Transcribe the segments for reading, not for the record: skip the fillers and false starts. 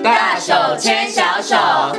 大手牵小手。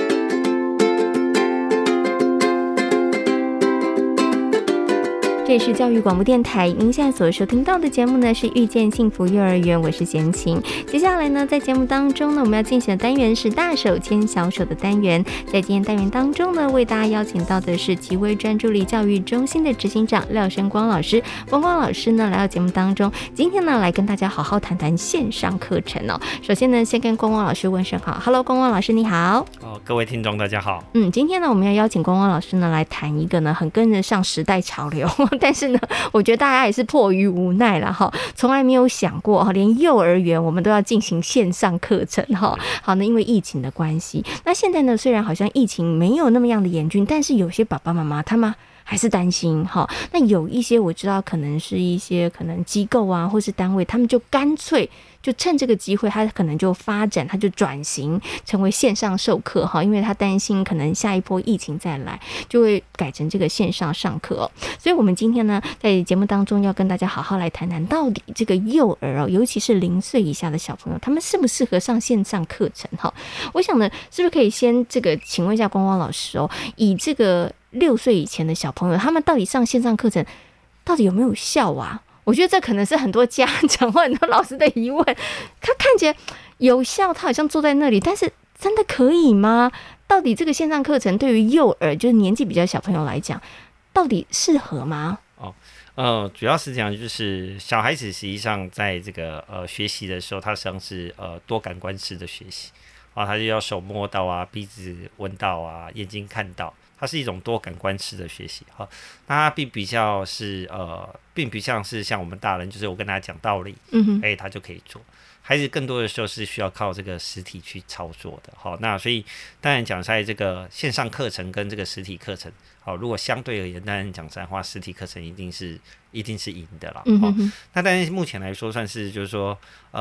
这里是教育广播电台，您现在所收听到的节目呢是遇见幸福幼儿园，我是贤琴。接下来呢，在节目当中呢，我们要进行的单元是大手牵小手的单元。在今天单元当中呢，为大家邀请到的是奇威专注力教育中心的执行长廖笙光老师。光老师呢来到节目当中，今天呢来跟大家好好谈谈线上课程哦。首先呢，先跟光老师问声好 ，Hello， 光老师你好。 各位听众大家好。 今天呢，我们要邀请光老师呢来谈一个呢很跟得上时代潮流。但是呢，我觉得大家也是迫于无奈啦哈，从来没有想过连幼儿园我们都要进行线上课程哈。好呢，因为疫情的关系，那现在呢，虽然好像疫情没有那么样的严峻，但是有些爸爸妈妈他们还是担心哈。那有一些我知道，可能是一些可能机构啊，或是单位，他们就干脆就趁这个机会，他可能就发展，他就转型成为线上授课哈，因为他担心可能下一波疫情再来，就会改成这个线上上课哦。所以我们今天呢，在节目当中要跟大家好好来谈谈，到底这个幼儿哦，尤其是0岁以下的小朋友，他们适不适合上线上课程哈？我想呢，是不是可以先请问一下光老师哦，以这个6岁以前的小朋友，他们到底上线上课程到底有没有效啊？我觉得这可能是很多家长或很多老师的疑问。他看起来有效，他好像坐在那里，但是真的可以吗？到底这个线上课程对于幼儿，就是年纪比较小朋友来讲，到底适合吗？ 主要是讲就是小孩子实际上在这个学习的时候，他实际上是多感官式的学习啊，他就要手摸到啊，鼻子闻到啊，眼睛看到。它是一种多感官式的学习，哈，那它并不像是像我们大人，就是我跟他讲道理，他就可以做。孩子更多的时候是需要靠这个实体去操作的，好，那所以当然讲在这个线上课程跟这个实体课程，好，如果相对而言，当然讲在的话，实体课程一定是赢的啦，那但是目前来说，算是就是说，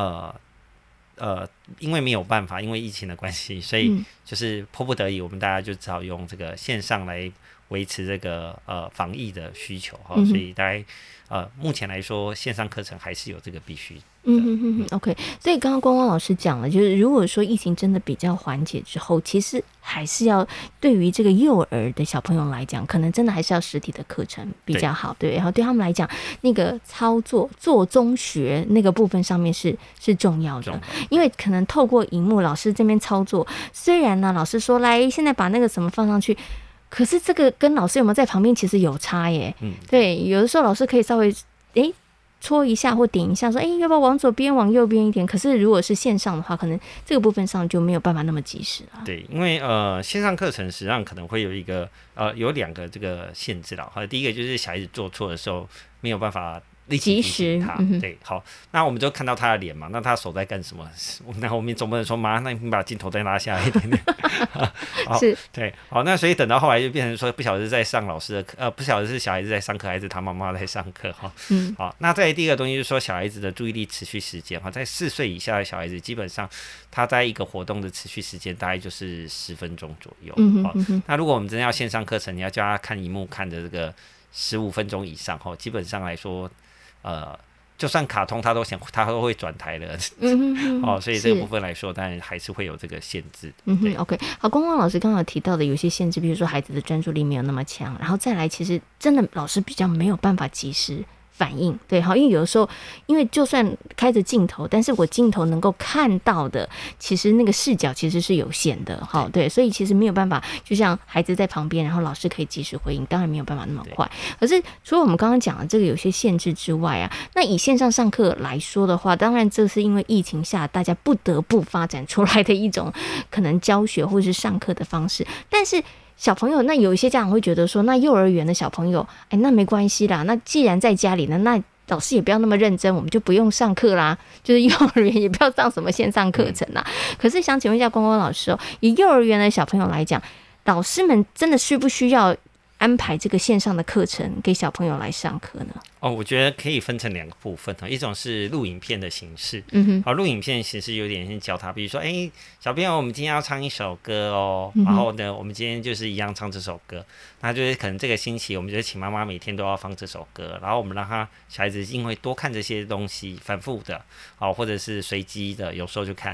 因为没有办法，因为疫情的关系，所以就是迫不得已，我们大家就只好用这个线上来维持这个防疫的需求哈，所以大概目前来说，线上课程还是有这个必须。 OK， 所以刚刚光老师讲了，就是如果说疫情真的比较缓解之后，其实还是要对于这个幼儿的小朋友来讲，可能真的还是要实体的课程比较好，对。然后对他们来讲，那个操作做中学那个部分上面是重要的，因为可能透过荧幕老师这边操作，虽然呢老师说来现在把那个什么放上去，可是这个跟老师有没有在旁边其实有差耶。对，有的时候老师可以稍微戳一下或点一下说要不要往左边往右边一点，可是如果是线上的话，可能这个部分上就没有办法那么及时了。 对，因为线上课程实际上可能会有一个有2个这个限制啦。第一个就是小孩子做错的时候没有办法立即提醒他，对，好，那我们就看到他的脸嘛，那他手在干什么？那我们总不能说妈，那你把镜头再拉下来一点点， 是， 对，好，那所以等到后来就变成说，不晓得是在上老师的课，不晓得是小孩子在上课还是他妈妈在上课哈。好，那再第一个东西就是说，小孩子的注意力持续时间哈，在4岁以下的小孩子，基本上他在一个活动的持续时间大概就是10分钟左右。那如果我们真的要线上课程，你要叫他看荧幕看的这个15分钟以上哈，基本上来说。就算卡通他都会转台了，所以这个部分来说，当然还是会有这个限制。 OK， 好，光老师刚刚有提到的有些限制，比如说孩子的专注力没有那么强，然后再来，其实真的老师比较没有办法及时反应，对，好，因为有的时候，因为就算开着镜头，但是我镜头能够看到的，其实那个视角其实是有限的，好，对，所以其实没有办法，就像孩子在旁边，然后老师可以及时回应，当然没有办法那么快。可是除了我们刚刚讲的这个有些限制之外啊，那以线上上课来说的话，当然这是因为疫情下大家不得不发展出来的一种可能教学或是上课的方式，但是。小朋友，那有一些家长会觉得说，那幼儿园的小朋友，那没关系啦，那既然在家里呢，那老师也不要那么认真，我们就不用上课啦，就是幼儿园也不要上什么线上课程啦。可是想请问一下光老师以幼儿园的小朋友来讲，老师们真的需不需要安排这个线上的课程给小朋友来上课呢？ 我觉得可以分成2个部分，一种是录影片的形式，录影片其实有点像教他，比如说，小朋友，我们今天要唱一首歌哦，然后呢，我们今天就是一样唱这首歌，那就是可能这个星期，我们就请妈妈每天都要放这首歌，然后我们让小孩子因为多看这些东西，反复的，或者是随机的，有时候就看。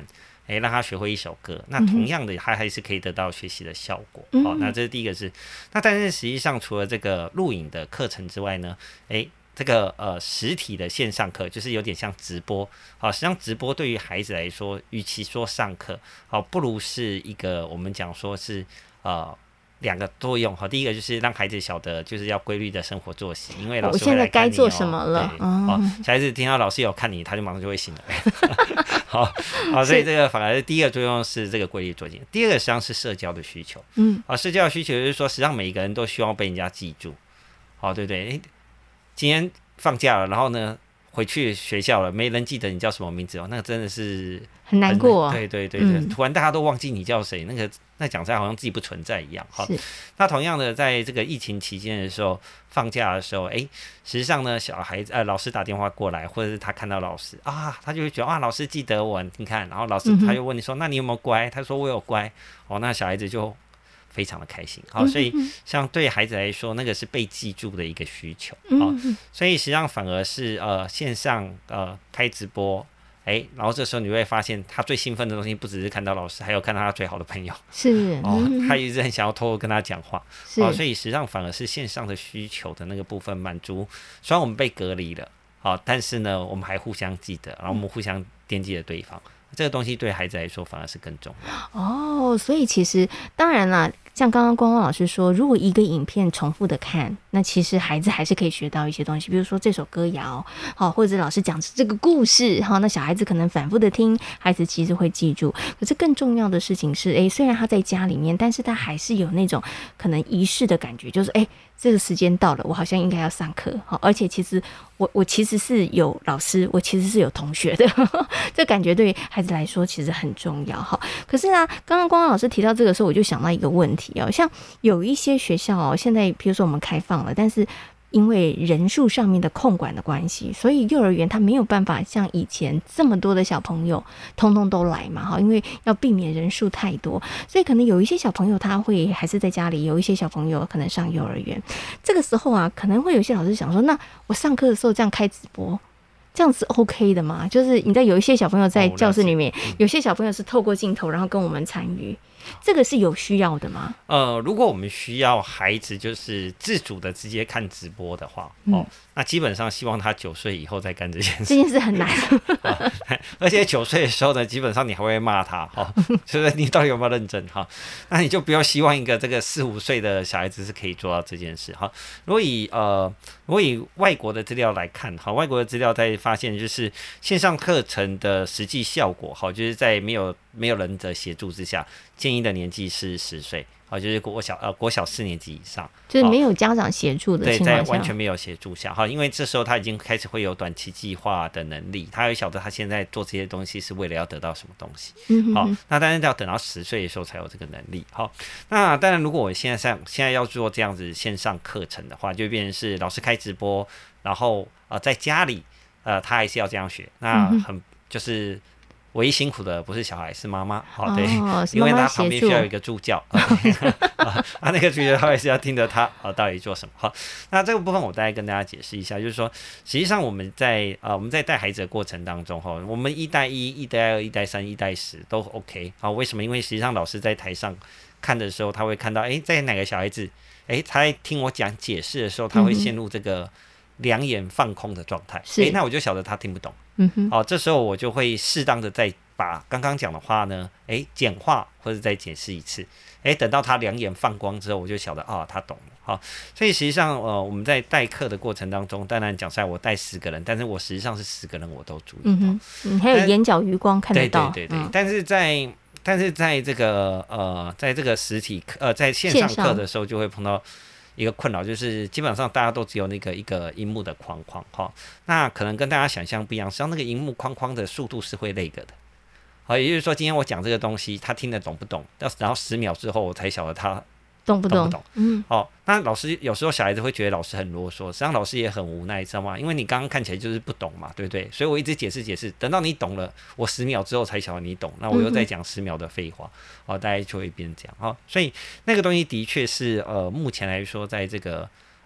让他学会一首歌，那同样的他还是可以得到学习的效果。那这是第一个是，那但是实际上除了这个录影的课程之外呢，这个实体的线上课就是有点像直播，实际上直播对于孩子来说，与其说上课，不如是一个我们讲说是两个作用。第一个就是让孩子晓得就是要规律的生活作息，因为老师会来看你我现在该做什么了。 小孩子听到老师有看你，他就马上就会醒来。好，所以这个反而第一个作用是这个规律作息，第二个实际上是社交的需求。社交的需求就是说，实际上每一个人都希望被人家记住，对不对？今天放假了，然后呢回去学校了，没人记得你叫什么名字那个真的是很难过。 对，突然大家都忘记你叫谁，那讲出来好像自己不存在一样。那同样的，在这个疫情期间的时候，放假的时候，实际上呢，小孩子老师打电话过来，或者是他看到老师他就会觉得老师记得我，你看，然后老师他就问你说，那你有没有乖？他说我有乖。那小孩子就非常的开心。所以像对孩子来说，那个是被记住的一个需求。所以实际上反而是线上开直播，然后这时候你会发现他最兴奋的东西不只是看到老师，还有看到他最好的朋友。 是他一直很想要偷偷跟他讲话。所以实际上反而是线上的需求的那个部分满足，虽然我们被隔离了，但是呢我们还互相记得，然后我们互相惦记着对方，这个东西对孩子来说反而是更重要。 所以其实当然啦，像刚刚光光老师说，如果一个影片重复的看，那其实孩子还是可以学到一些东西，比如说这首歌谣，或者老师讲这个故事，那小孩子可能反复的听，孩子其实会记住。可是更重要的事情是，虽然他在家里面，但是他还是有那种可能仪式的感觉，就是这个时间到了，我好像应该要上课，而且其实我其实是有老师，我其实是有同学的，这感觉对孩子来说其实很重要。可是啊，刚刚光光老师提到这个时候，我就想到一个问题像有一些学校现在比如说我们开放了，但是因为人数上面的控管的关系，所以幼儿园它没有办法像以前这么多的小朋友通通都来嘛，因为要避免人数太多，所以可能有一些小朋友他会还是在家里，有一些小朋友可能上幼儿园。这个时候啊，可能会有些老师想说，那我上课的时候这样开直播，这样是 OK 的吗？就是你知道有一些小朋友在教室里面，有些小朋友是透过镜头然后跟我们参与，这个是有需要的吗？ 如果我们需要孩子就是自主的直接看直播的话，那基本上希望他9岁以后再干这件事。 这件事很难。 而且9岁的时候呢，基本上你还会骂他，就是你到底有没有认真？那你就不要希望一个这个4、5岁的小孩子是可以做到这件事。如果以外国的资料来看，外国的资料在发现就是线上课程的实际效果，就是在没有人的协助之下，建议的年纪是10岁。就是国小4年级以上， 就是没有家长协助的情况下， 对，在完全没有协助下，因为这时候他已经开始会有短期计划的能力，他会晓得他现在做这些东西是为了要得到什么东西。那当然要等到10岁的时候才有这个能力。那当然如果我现在要做这样子线上课程的话，就变成是老师开直播，然后在家里他还是要这样学，那就是唯一辛苦的不是小孩，是妈妈。对，因为他旁边需要有一个助教，那个助教他也是要听着他到底做什么。那这个部分我大概跟大家解释一下，就是说，实际上我们在带孩子的过程当中，我们1带1、1带2、1带3、1带10都 OK。为什么？因为实际上老师在台上看的时候，他会看到，在哪个小孩子，他在听我讲解释的时候，他会陷入这个两眼放空的状态。那我就晓得他听不懂。这时候我就会适当的再把刚刚讲的话呢，简化或者再解释一次。等到他两眼放光之后，我就晓得他懂了。所以实际上我们在带课的过程当中，当然讲出来我带10个人，但是我实际上是10个人我都注意到。 还有眼角余光看得到。 对。但是在这个实体在线上课的时候，就会碰到一个困扰，就是基本上大家都只有那个一个荧幕的框框。那可能跟大家想象不一样，实际上那个荧幕框框的速度是会那个的。也就是说今天我讲这个东西他听得懂不懂，然后10秒之后我才晓得他懂不懂。那老师有时候小孩子会觉得老师很啰嗦，实际上老师也很无奈，知道吗？因为你刚刚看起来就是不懂嘛，对不对？所以我一直解释，等到你懂了，我10秒之后才晓得你懂，那我又再讲10秒的废话，大家就会变这样。所以那个东西的确是目前来说在这个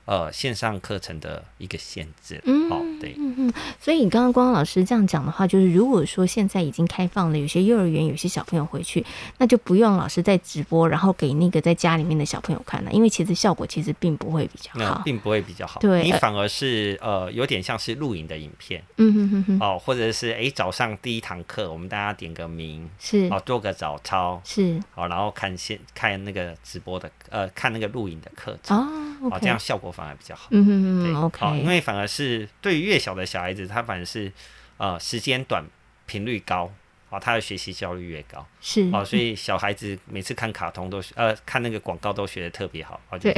线上课程的一个限制。对。 所以你刚刚光老师这样讲的话，就是如果说现在已经开放了，有些幼儿园有些小朋友回去，那就不用老师在直播，然后给那个在家里面的小朋友看了，因为其实效果其实并不会比较好， 并不会比较好。 对， 你反而是有点像是录影的影片，或者是早上第一堂课，我们大家点个名， 是做个早操， 是然后看那个直播的看那个录影的课程，这样效果反而比较好。 OK， 因为反而是对于越小的小孩子，他反而是时间短、频率高，他的学习效率越高。 是所以小孩子每次看卡通都看那个广告都学得特别好。 对。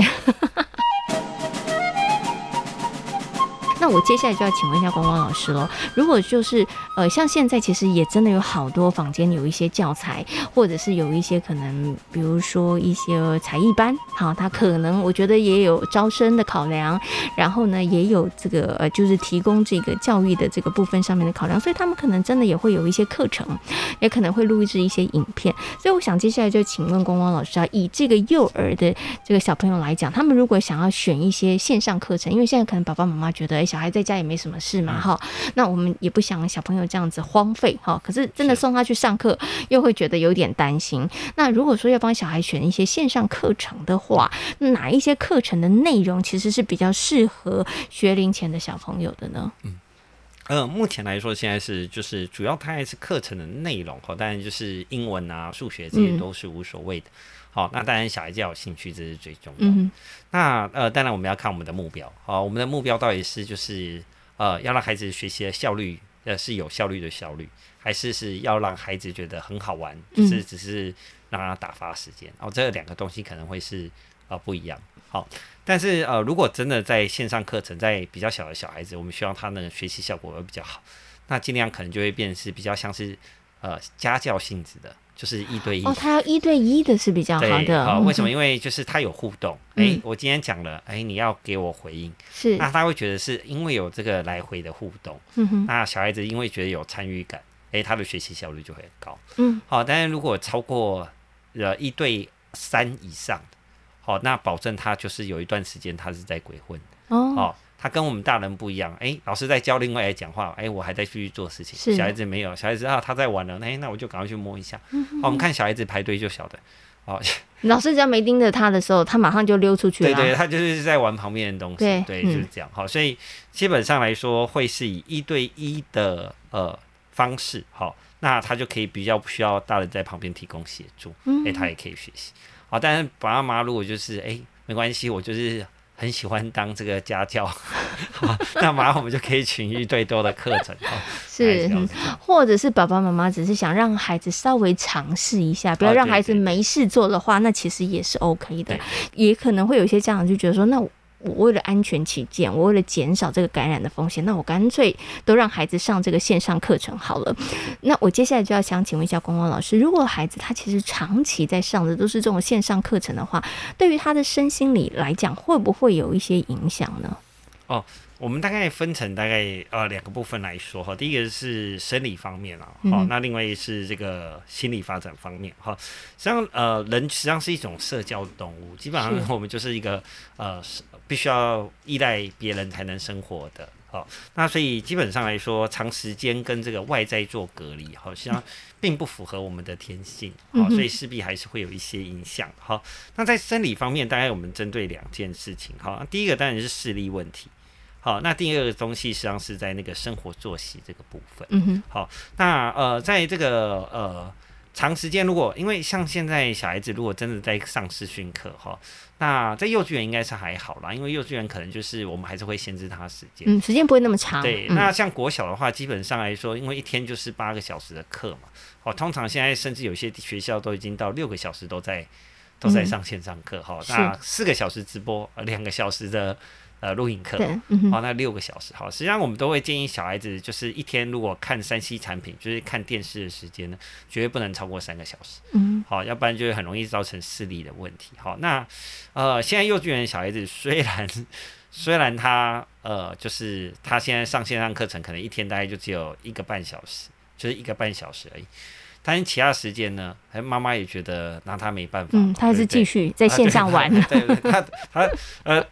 那我接下来就要请问一下光光老师咯，如果就是像现在其实也真的有好多坊间有一些教材，或者是有一些可能比如说一些才艺班，好，它可能我觉得也有招生的考量，然后呢也有这个就是提供这个教育的这个部分上面的考量，所以他们可能真的也会有一些课程，也可能会录制一些影片。所以我想接下来就请问光光老师以这个幼儿的这个小朋友来讲，他们如果想要选一些线上课程，因为现在可能爸爸妈妈觉得小孩在家也没什么事嘛，那我们也不想小朋友这样子荒废，可是真的送他去上课又会觉得有点担心。那如果说要帮小孩选一些线上课程的话，哪一些课程的内容其实是比较适合学龄前的小朋友的呢？ 目前来说，现在是就是主要它还是课程的内容，当然就是英文啊、数学这些都是无所谓的。那当然小孩子要有兴趣，这是最重要的。那当然我们要看我们的目标，我们的目标到底是就是要让孩子学习的效率是有效率的效率，还是要让孩子觉得很好玩，就是只是让他打发时间。这两个东西可能会是不一样。但是如果真的在线上课程，在比较小的小孩子，我们希望他的学习效果会比较好，那尽量可能就会变成是比较像是家教性质的。就是1对1 他要1对1的是比较好的。 为什么？因为就是他有互动。我今天讲了，你要给我回应， 是那他会觉得是因为有这个来回的互动，那小孩子因为觉得有参与感，他的学习效率就会很高。但是如果超过1对3以上，那保证他就是有一段时间他是在鬼混。他跟我们大人不一样，老师在教另外来讲话，我还在继续做事情。小孩子没有，小孩子他在玩了，那我就赶快去摸一下。我们看小孩子排队就晓得。 老师只要没盯着他的时候，他马上就溜出去了。 对，他就是在玩旁边的东西。对，就是这样。所以基本上来说，会是以1对1的方式，那他就可以比较不需要大人在旁边提供协助，他也可以学习。但是爸妈如果就是没关系，我就是很喜欢当这个家教，那马上我们就可以请1对多的课程。 是，或者是爸爸妈妈只是想让孩子稍微尝试一下，不要让孩子没事做的话，那其实也是 OK 的。也可能会有一些家长就觉得说，那我为了安全起见，我为了减少这个感染的风险，那我干脆都让孩子上这个线上课程好了。那我接下来就要想请问一下光光老师，如果孩子他其实长期在上的都是这种线上课程的话，对于他的身心理来讲，会不会有一些影响呢？ 我们大概分成大概2个部分来说。第一个是生理方面那另外一个是这个心理发展方面实际上人实际上是一种社交动物，基本上我们就是一个必须要依赖别人才能生活的。那所以基本上来说，长时间跟这个外在做隔离实际上并不符合我们的天性所以势必还是会有一些影响。那在生理方面，大概我们针对2件事情第一个当然是视力问题。那第二个东西实际上是在那个生活作息这个部分。那在这个长时间，如果因为像现在小孩子如果真的在上视讯课那在幼稚园应该是还好啦，因为幼稚园可能就是我们还是会限制他的时间， 时间不会那么长。 对，那像国小的话，基本上来说，因为一天就是8个小时的课嘛，通常现在甚至有些学校都已经到6个小时都在上线上课那4个小时直播，2个小时的录影课，那6个小时。实际上我们都会建议小孩子，就是一天如果看3C 产品，就是看电视的时间呢，绝对不能超过3个小时。要不然就会很容易造成视力的问题。那现在幼稚园的小孩子虽然他就是他现在上线上课程，可能一天大概就只有1个半小时，就是1个半小时而已。但是其他时间呢，妈妈也觉得拿他没办法， 他还是继续在线上玩。 对，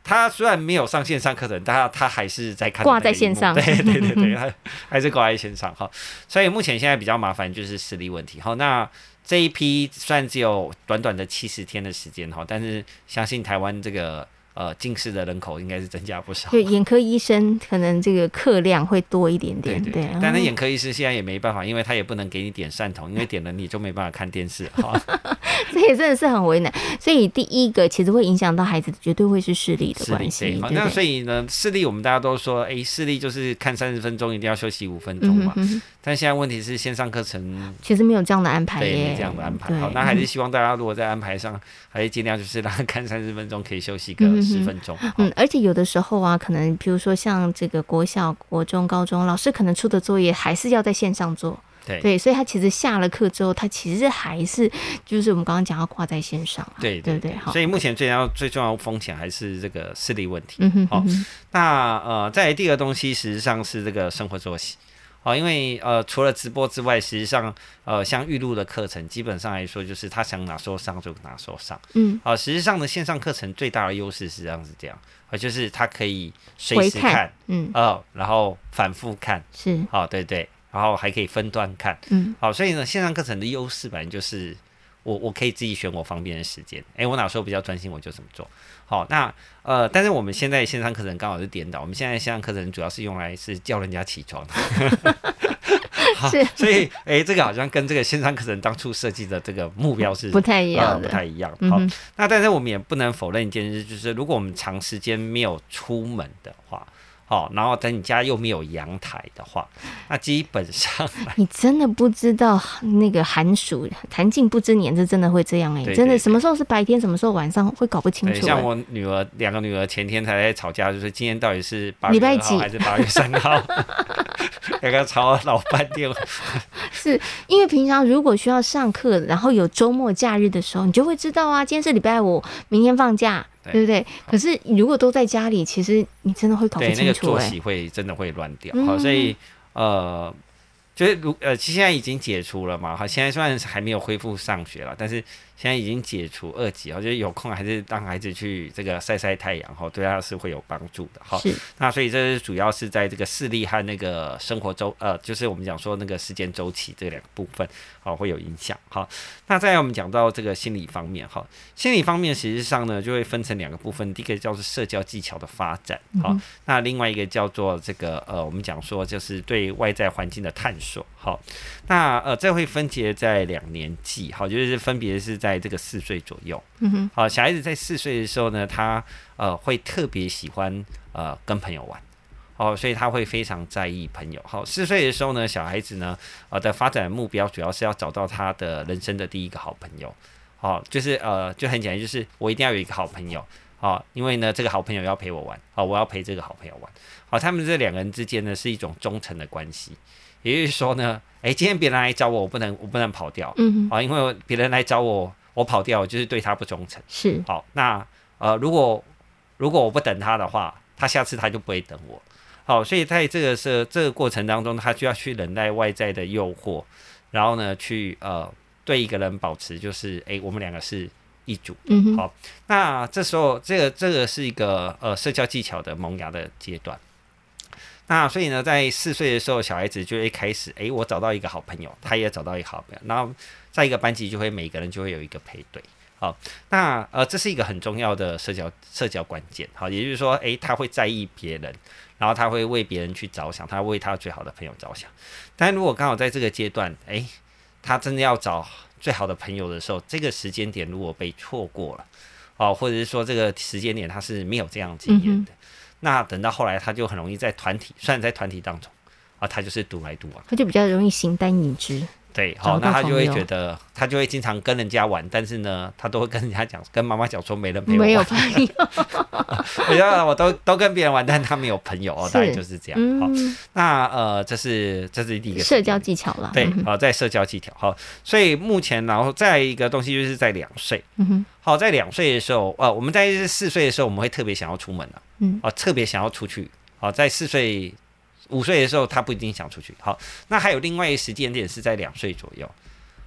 他虽然没有上线上课程，但他还是在看挂在线上， 对对对对，他还是挂在线上哈。所以目前现在比较麻烦就是视力问题。好，那这一批虽然只有短短的70天的时间哈，但是相信台湾这个近视的人口应该是增加不少。 对，眼科医生可能这个课量会多一点点。 对，但是眼科医师现在也没办法，因为他也不能给你点散瞳，因为点了你就没办法看电视哈。 这也真的是很为难。所以第一个其实会影响到孩子，绝对会是视力的关系。对， 那所以呢，视力我们大家都说，视力就是看30分钟，一定要休息5分钟嘛。但现在问题是线上课程其实没有这样的安排耶， 对，没这样的安排。好，那还是希望大家如果在安排上，还是尽量就是让他看30分钟，可以休息个10分钟。 而且有的时候啊，可能比如说像这个国小、国中、高中，老师可能出的作业还是要在线上做。对，所以他其实下了课之后，他其实还是就是我们刚刚讲要挂在线上。对对对，好。 所以目前最重要的风险还是这个视力问题。好，那再来第二个东西，实际上是这个生活作息。因为除了直播之外，实际上像预录的课程，基本上来说就是他想哪时候上就哪时候上。实际上的线上课程最大的优势实际上是这样，就是它可以随时看，然后反复看， 是， 对对，然后还可以分段看，好，所以呢，线上课程的优势本来就是我可以自己选我方便的时间，我哪时候比较专心我就怎么做。好，那但是我们现在线上课程刚好是颠倒，我们现在线上课程主要是用来是叫人家起床的。好，所以这个好像跟这个线上课程当初设计的这个目标是不太一样的， 不太一样。好，那但是我们也不能否认一件事，就是如果我们长时间没有出门的话，然后等你家又没有阳台的话，那基本上你真的不知道那个寒暑寒尽不知年，这真的会这样真的什么时候是白天，什么时候晚上会搞不清楚。 像我2个女儿前天才在吵架，就是今天到底是8月2号还是8月3号，两个吵老半天。 是因为平常如果需要上课，然后有周末假日的时候，你就会知道啊，今天是礼拜5，明天放假。对不对？可是如果都在家里，其实你真的会搞不清楚。 对，那个作息会真的会乱掉。好，所以就是其实现在已经解除了嘛。好，现在虽然还没有恢复上学了，但是现在已经解除2级，就是有空还是让孩子去这个晒晒太阳，对他是会有帮助的。好，那所以这是主要是在这个视力和那个生活就是我们讲说那个时间周期这2个部分，会有影响。好，那再来我们讲到这个心理方面，心理方面实际上呢就会分成2个部分，第一个叫做社交技巧的发展，好，那另外一个叫做这个我们讲说就是对外在环境的探索。好，那这会分别在2年级，好，就是分别是在这个4岁左右。好，小孩子在4岁的时候呢，他会特别喜欢跟朋友玩，所以他会非常在意朋友。好，4岁的时候呢，小孩子呢的发展目标主要是要找到他的人生的第一个好朋友。好，就是就很简单，就是我一定要有一个好朋友。好，因为呢这个好朋友要陪我玩，好，我要陪这个好朋友玩。好，他们这2个人之间呢是一种忠诚的关系。也就是说呢，今天别人来找我，我不能跑掉，因为别人来找我，我跑掉就是对他不忠诚。 是， 好，那如果我不等他的话，他下次他就不会等我。好，所以在这个过程当中，他就要去忍耐外在的诱惑，然后呢，去对一个人保持就是我们2个是一组。好，那这时候这个是一个社交技巧的萌芽的阶段。那所以呢，在4岁的时候，小孩子就会开始，我找到一个好朋友，他也找到一个好朋友，然后在一个班级就会每个人就会有一个配对。好，那这是一个很重要的社交关键。好，也就是说，他会在意别人，然后他会为别人去着想，他为他最好的朋友着想。但如果刚好在这个阶段，他真的要找最好的朋友的时候，这个时间点如果被错过了，或者是说这个时间点他是没有这样经验的。那等到后来，他就很容易在团体，虽然在团体当中，他就是独来独往， 他就比较容易形单影只。对， 好，那他就会觉得，他就会经常跟人家玩，但是呢，他都会跟人家讲，跟妈妈讲说没人陪我玩， 没有朋友， 我都跟别人玩，但他没有朋友大概就是这样。好，那这是第一个社交技巧了。 对，在社交技巧。好，所以目前然后再一个东西就是在2岁。好，在2岁的时候，我们在4岁的时候，我们会特别想要出门特别想要出去。好，在4岁。5岁的时候，他不一定想出去。好，那还有另外一个时间点是在2岁左右。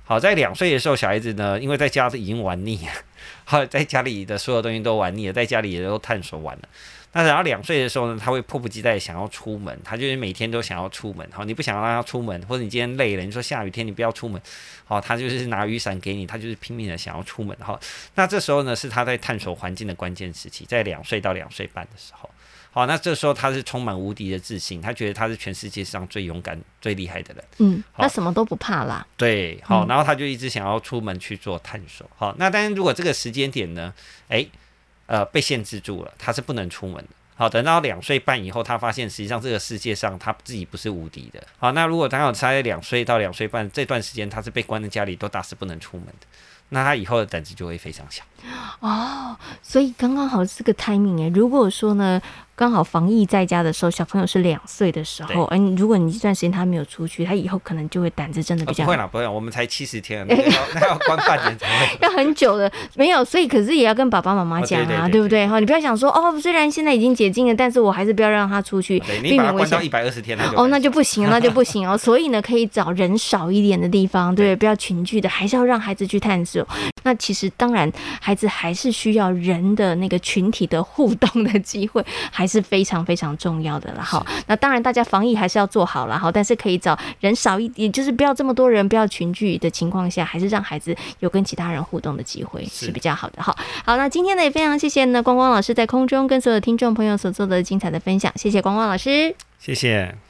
好，在2岁的时候，小孩子呢，因为在家已经玩腻了，好，在家里的所有东西都玩腻了，在家里也都探索完了。那然后2岁的时候呢，他会迫不及待想要出门，他就是每天都想要出门。好，你不想让他出门，或者你今天累了，你说下雨天你不要出门，好，他就是拿雨伞给你，他就是拼命的想要出门。好，那这时候呢是他在探索环境的关键时期，在2岁到2岁半的时候。好，那这时候他是充满无敌的自信，他觉得他是全世界上最勇敢、最厉害的人。 他什么都不怕啦。 对，好，然后他就一直想要出门去做探索。好，那但是如果这个时间点呢，被限制住了，他是不能出门的。好，等到2岁半以后，他发现实际上这个世界上他自己不是无敌的。好，那如果他在2岁到2岁半这段时间，他是被关在家里，都打死不能出门的，那他以后的胆子就会非常小。 所以刚刚好是个 timing 如果说呢，刚好防疫在家的时候，小朋友是2岁的时候，如果你这段时间他没有出去，他以后可能就会胆子真的比较不会啦，不会啦，我们才70天，那要关半年才会， 要很久的，没有，所以可是也要跟爸爸妈妈讲啊，对不对？你不要想说虽然现在已经解禁了，但是我还是不要让他出去， 你把他关到120天， 那就不行，那就不行所以呢，可以找人少一点的地方，对，不要群聚的，还是要让孩子去探索。那其实当然，孩子还是需要人的那个群体的互动的机会，还是非常非常重要的啦。好，那当然大家防疫还是要做好啦，但是可以找人少一点，就是不要这么多人，不要群聚的情况下，还是让孩子有跟其他人互动的机会是比较好的。好，那今天呢也非常谢谢呢光光老师在空中跟所有听众朋友所做的精彩的分享，谢谢光光老师， 谢谢。